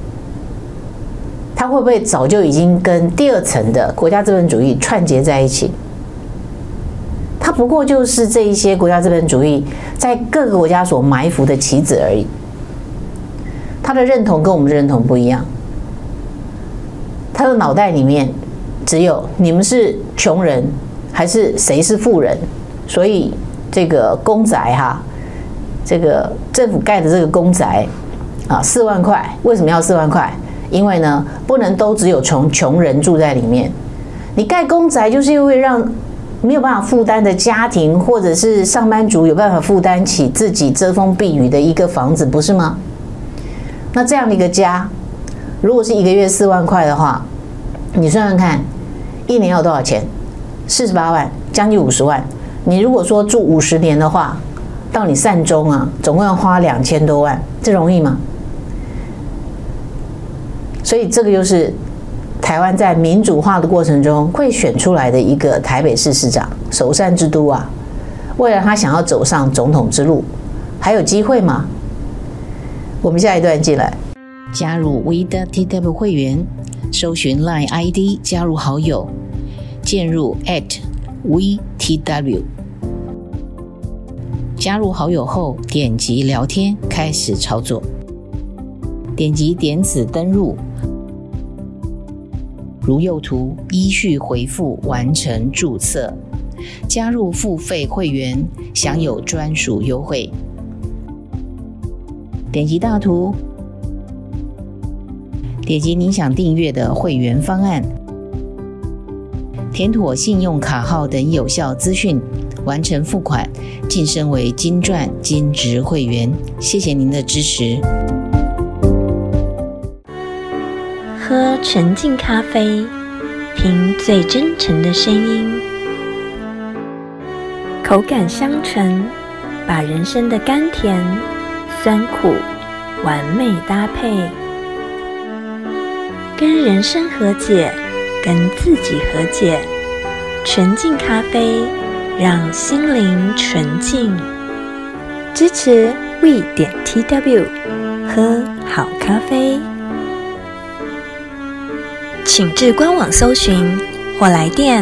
他会不会早就已经跟第二层的国家资本主义串结在一起？他不过就是这一些国家资本主义在各个国家所埋伏的棋子而已。他的认同跟我们的认同不一样。他的脑袋里面只有你们是穷人还是谁是富人，所以这个公宅哈，这个政府盖的这个公宅啊，4万块，为什么要4万块？因为呢，不能都只有穷人住在里面。你盖公宅就是因为让没有办法负担的家庭或者是上班族有办法负担起自己遮风避雨的一个房子，不是吗？那这样的一个家，如果是一个月4万块的话，你算算看，一年要多少钱？48万，将近50万。你如果说住50年的话，到你善终啊，总共要花2000多万，这容易吗？所以这个就是台湾在民主化的过程中会选出来的一个台北市市长，首善之都啊。为了他想要走上总统之路，还有机会吗？我们下一段进来，加入 We.TW 会员，搜寻 LINE ID 加入好友，键入 @WeTW。加入好友后，点击聊天，开始操作。点击点此登入，如右图依序回复完成注册，加入付费会员，享有专属优惠。点击大图，点击您想订阅的会员方案，填妥信用卡号等有效资讯，完成付款，晋升为金钻金质会员。谢谢您的支持。 喝纯净咖啡，听最真诚的声音，口感香醇，把人生的甘甜、酸苦完美搭配，跟人生和解，跟自己和解。纯净咖啡，让心灵纯净。支持 We.TW， 喝好咖啡。请至官网搜寻或来电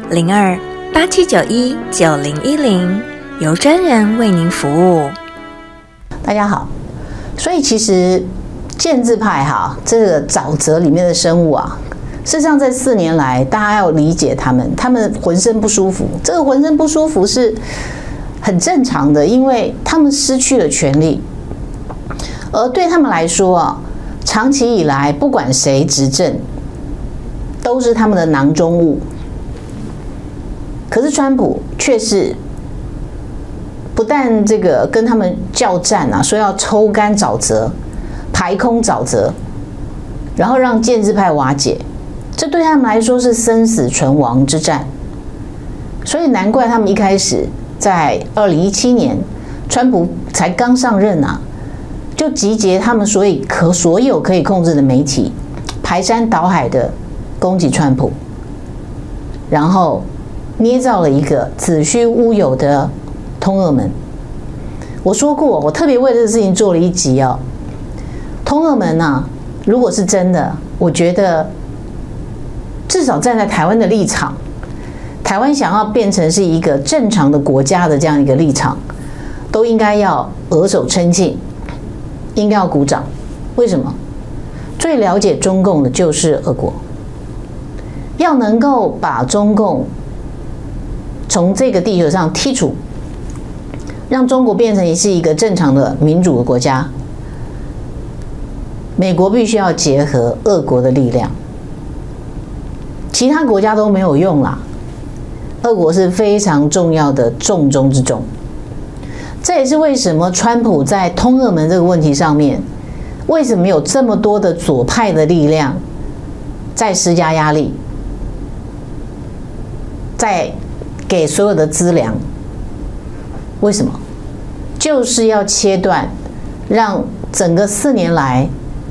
02-8791-9010，由专人为您服务。 大家好，所以其实建制派哈，这个沼泽里面的生物啊，事实上这4年来，大家要理解他们浑身不舒服。这个浑身不舒服是很正常的，因为他们失去了权利，而对他们来说啊，长期以来不管谁执政，都是他们的囊中物。可是川普却是不但这个跟他们叫战啊，说要抽干沼泽、排空沼泽，然后让建制派瓦解，这对他们来说是生死存亡之战。所以难怪他们一开始在2017年，川普才刚上任啊，就集结他们所有可以控制的媒体，排山倒海的攻击川普，然后捏造了一个子虚乌有的通俄门。我说过，我特别为这个事情做了一集哦。通俄门啊，如果是真的，我觉得至少站在台湾的立场，台湾想要变成是一个正常的国家的这样一个立场，都应该要额手称庆，应该要鼓掌。为什么？最了解中共的就是俄国，要能够把中共从这个地球上剔除，让中国变成是一个正常的民主的国家，美国必须要结合俄国的力量，其他国家都没有用啦。俄国是非常重要的重中之重，这也是为什么川普在通俄门这个问题上面，为什么有这么多的左派的力量在施加压力，在给所有的资粮。为什么？就是要切断，让整个4年来，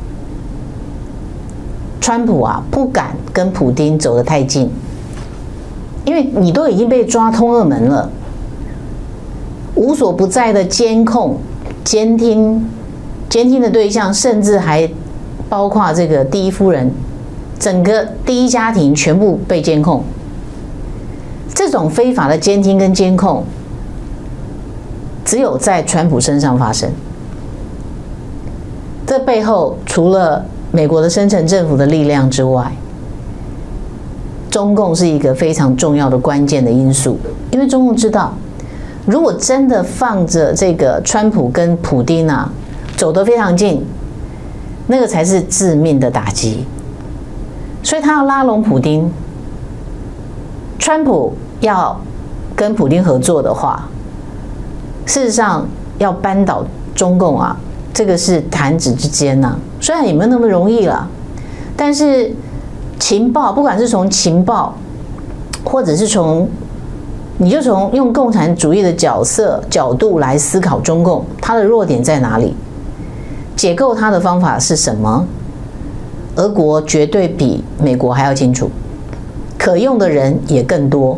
川普啊不敢跟普丁走得太近，因为你都已经被抓通俄门了，无所不在的监控、监听的对象，甚至还包括这个第一夫人，整个第一家庭全部被监控。这种非法的监听跟监控，只有在川普身上发生。这背后除了美国的深层政府的力量之外，中共是一个非常重要的关键的因素。因为中共知道，如果真的放着这个川普跟普丁啊走得非常近，那个才是致命的打击。所以他要拉拢普丁。川普要跟普丁合作的话，事实上要扳倒中共啊，这个是弹指之间呐。虽然也没有那么容易了，但是情报，不管是从情报，或者是你就从用共产主义的角度来思考中共，它的弱点在哪里？解构它的方法是什么？俄国绝对比美国还要清楚，可用的人也更多。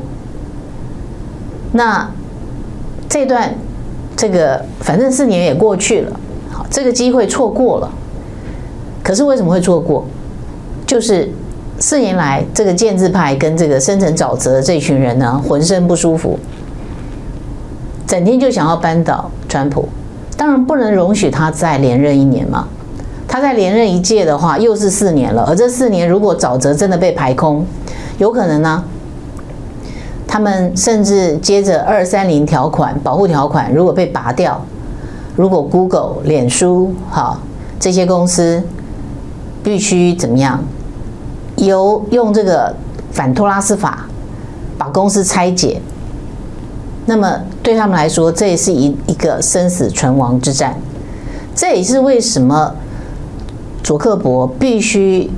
那这段反正4年也过去了，好，这个机会错过了。可是为什么会错过？就是4年来，这个建制派跟这个深层沼泽的这群人呢，浑身不舒服，整天就想要扳倒川普。当然不能容许他再连任1年嘛。他再连任1届的话，又是4年了。而这4年如果沼泽真的被排空，有可能呢，他们甚至接着230条款、保护条款如果被拔掉，如果 Google、脸书这些公司必须怎么样？用这个反托拉斯法把公司拆解，那么对他们来说，这也是一个生死存亡之战。这也是为什么佐克伯必须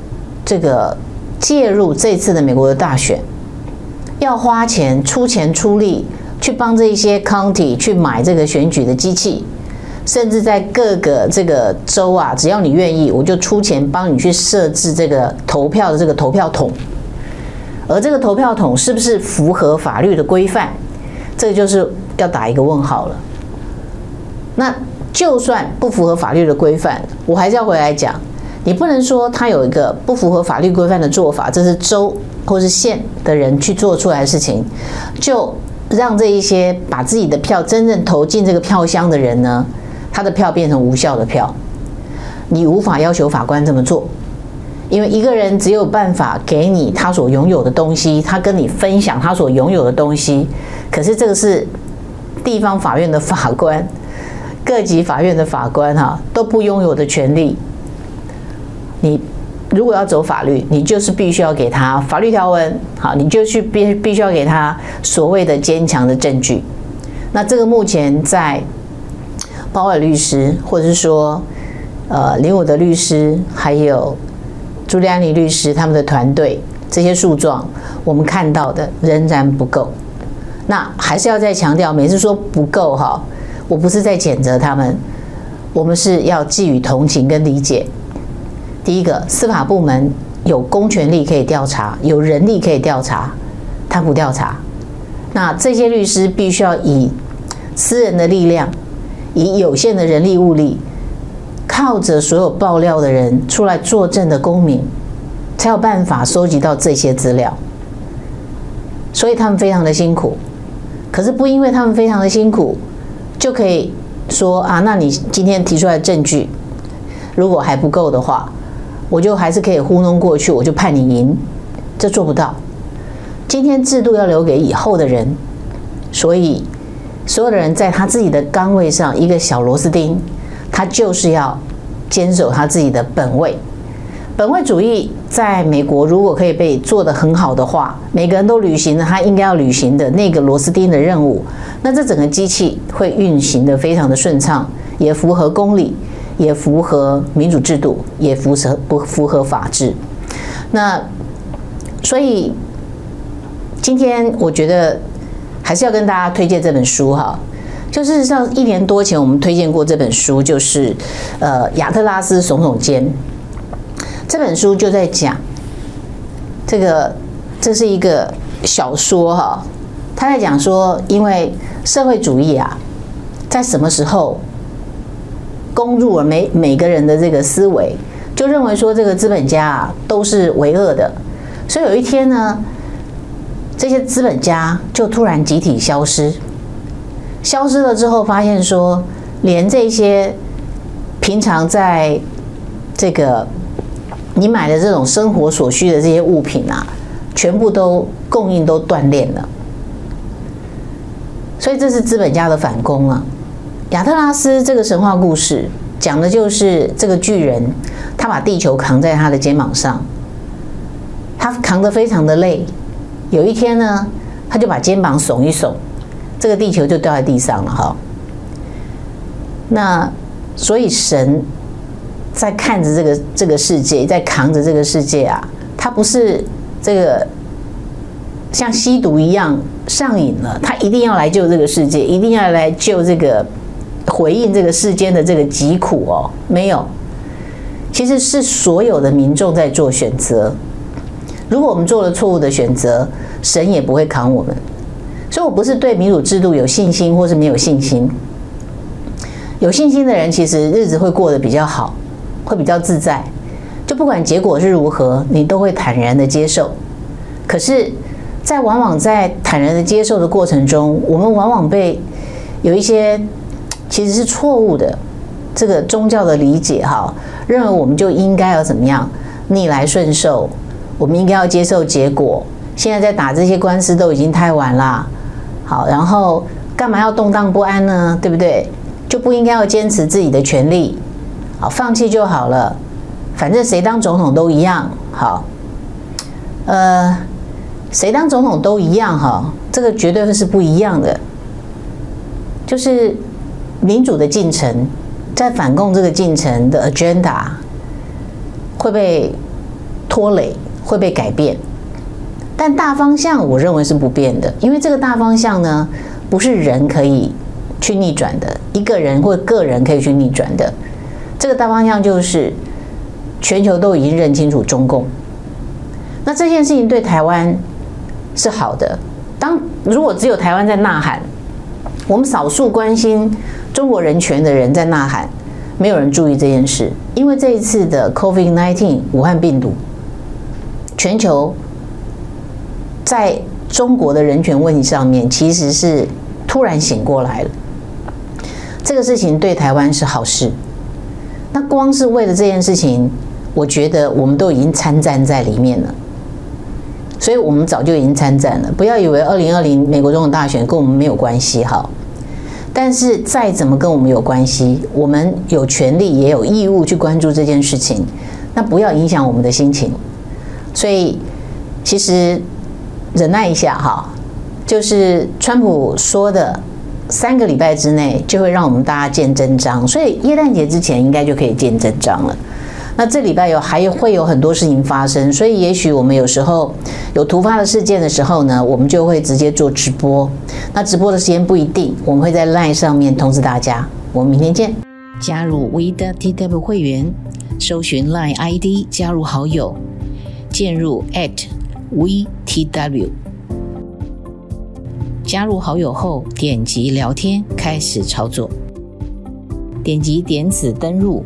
介入这次的美国的大选，要花钱、出钱出力去帮这些 county 去买这个选举的机器。甚至在各个这个州啊，只要你愿意，我就出钱帮你去设置这个投票的这个投票筒。而这个投票筒是不是符合法律的规范，这个就是要打一个问号了。那就算不符合法律的规范，我还是要回来讲，你不能说他有一个不符合法律规范的做法，这是州或是县的人去做出来的事情，就让这一些把自己的票真正投进这个票箱的人呢，他的票变成无效的票。你无法要求法官这么做，因为一个人只有办法给你他所拥有的东西，他跟你分享他所拥有的东西。可是这个是地方法院的法官、各级法院的法官都不拥有的权利。你如果要走法律，你就是必须要给他法律条文，你就必须要给他所谓的坚强的证据。那这个目前在鲍尔律师，或者是说林伍德律师，还有朱利安尼律师他们的团队，这些诉状我们看到的仍然不够。那还是要再强调，每次说不够我不是在谴责他们，我们是要寄予同情跟理解。第一个，司法部门有公权力可以调查，有人力可以调查，他他不调查。那这些律师必须要以私人的力量，以有限的人力物力，靠着所有爆料的人出来作证的公民，才有办法收集到这些资料。所以他们非常的辛苦，可是不因为他们非常的辛苦，就可以说啊，那你今天提出来的证据，如果还不够的话，我就还是可以糊弄过去，我就判你赢。这做不到。今天制度要留给以后的人，所以所有的人在他自己的岗位上，一个小螺丝钉，他就是要坚守他自己的本位。本位主义在美国如果可以被做得很好的话，每个人都履行了他应该要履行的那个螺丝钉的任务，那这整个机器会运行得非常的顺畅，也符合公理，也符合民主制度，也符合法治。那所以今天我觉得还是要跟大家推荐这本书哈。就事实上1年多前我们推荐过这本书，就是亚特拉斯耸耸肩。这本书就在讲这是一个小说哈，他在讲说，因为社会主义啊，在什么时候攻入了每个人的这个思维，就认为说这个资本家啊都是为恶的，所以有一天呢，这些资本家就突然集体消失了之后，发现说，连这些平常在这个你买的这种生活所需的这些物品啊，全部都供应都断裂了。所以这是资本家的反攻啊。亚特拉斯这个神话故事讲的就是这个巨人，他把地球扛在他的肩膀上，他扛得非常的累。有一天呢，他就把肩膀耸一耸，这个地球就掉在地上了哈。那所以神在看着这个世界，在扛着这个世界啊，他不是这个像吸毒一样上瘾了，他一定要来救这个世界，一定要来救这个回应这个世间的这个疾苦哦，没有，其实是所有的民众在做选择。如果我们做了错误的选择，神也不会扛我们。所以我不是对民主制度有信心或是没有信心。有信心的人其实日子会过得比较好，会比较自在，就不管结果是如何，你都会坦然的接受。可是往往在坦然的接受的过程中，我们往往被有一些其实是错误的这个宗教的理解哈，认为我们就应该要怎么样逆来顺受，我们应该要接受结果。现在在打这些官司都已经太晚啦，好，然后干嘛要动荡不安呢？对不对？就不应该要坚持自己的权利，好，放弃就好了，反正谁当总统都一样。好，谁当总统都一样哈，这个绝对是不一样的。就是民主的进程，在反共这个进程的 agenda 会被拖累，会被改变，但大方向我认为是不变的，因为这个大方向呢，不是人可以去逆转的，一个人或个人可以去逆转的。这个大方向就是全球都已经认清楚中共，那这件事情对台湾是好的。如果只有台湾在呐喊，我们少数关心中国人权的人在呐喊，没有人注意这件事。因为这一次的 COVID-19 武汉病毒，全球在中国的人权问题上面其实是突然醒过来了。这个事情对台湾是好事。那光是为了这件事情，我觉得我们都已经参战在里面了，所以我们早就已经参战了。不要以为2020美国总统大选跟我们没有关系哈，但是再怎么跟我们有关系，我们有权利也有义务去关注这件事情，那不要影响我们的心情。所以其实忍耐一下哈，就是川普说的3个礼拜之内就会让我们大家见真章，所以耶诞节之前应该就可以见真章了。那这礼拜还会有很多事情发生，所以也许我们有时候有突发的事件的时候呢，我们就会直接做直播。那直播的时间不一定，我们会在 LINE 上面通知大家。我们明天见。加入 WeTW 会员，搜寻 LINE ID 加入好友，键入 @WeTW。 加入好友后，点击聊天，开始操作。点击点此登入，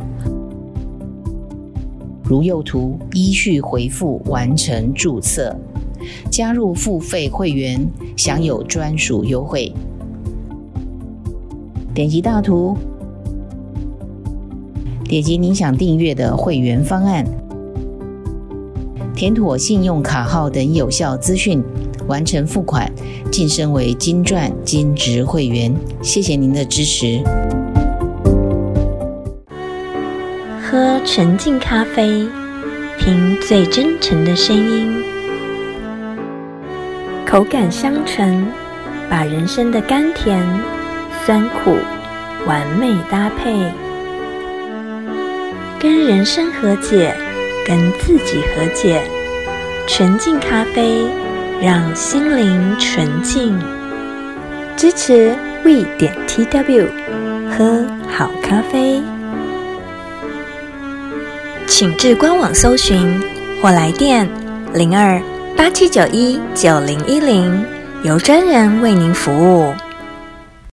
如右图依序回复完成注册。加入付费会员，享有专属优惠。点击大图，点击你想订阅的会员方案，填妥信用卡号等有效资讯，完成付款，晋升为金钻金质会员。谢谢您的支持。 喝纯净咖啡，听最真诚的声音，口感香醇，把人生的甘甜、酸苦完美搭配，跟人生和解，跟自己和解。纯净咖啡，让心灵纯净。支持 we.tw， 喝好咖啡。请至官网搜寻或来电02-8791-9010，由专人为您服务。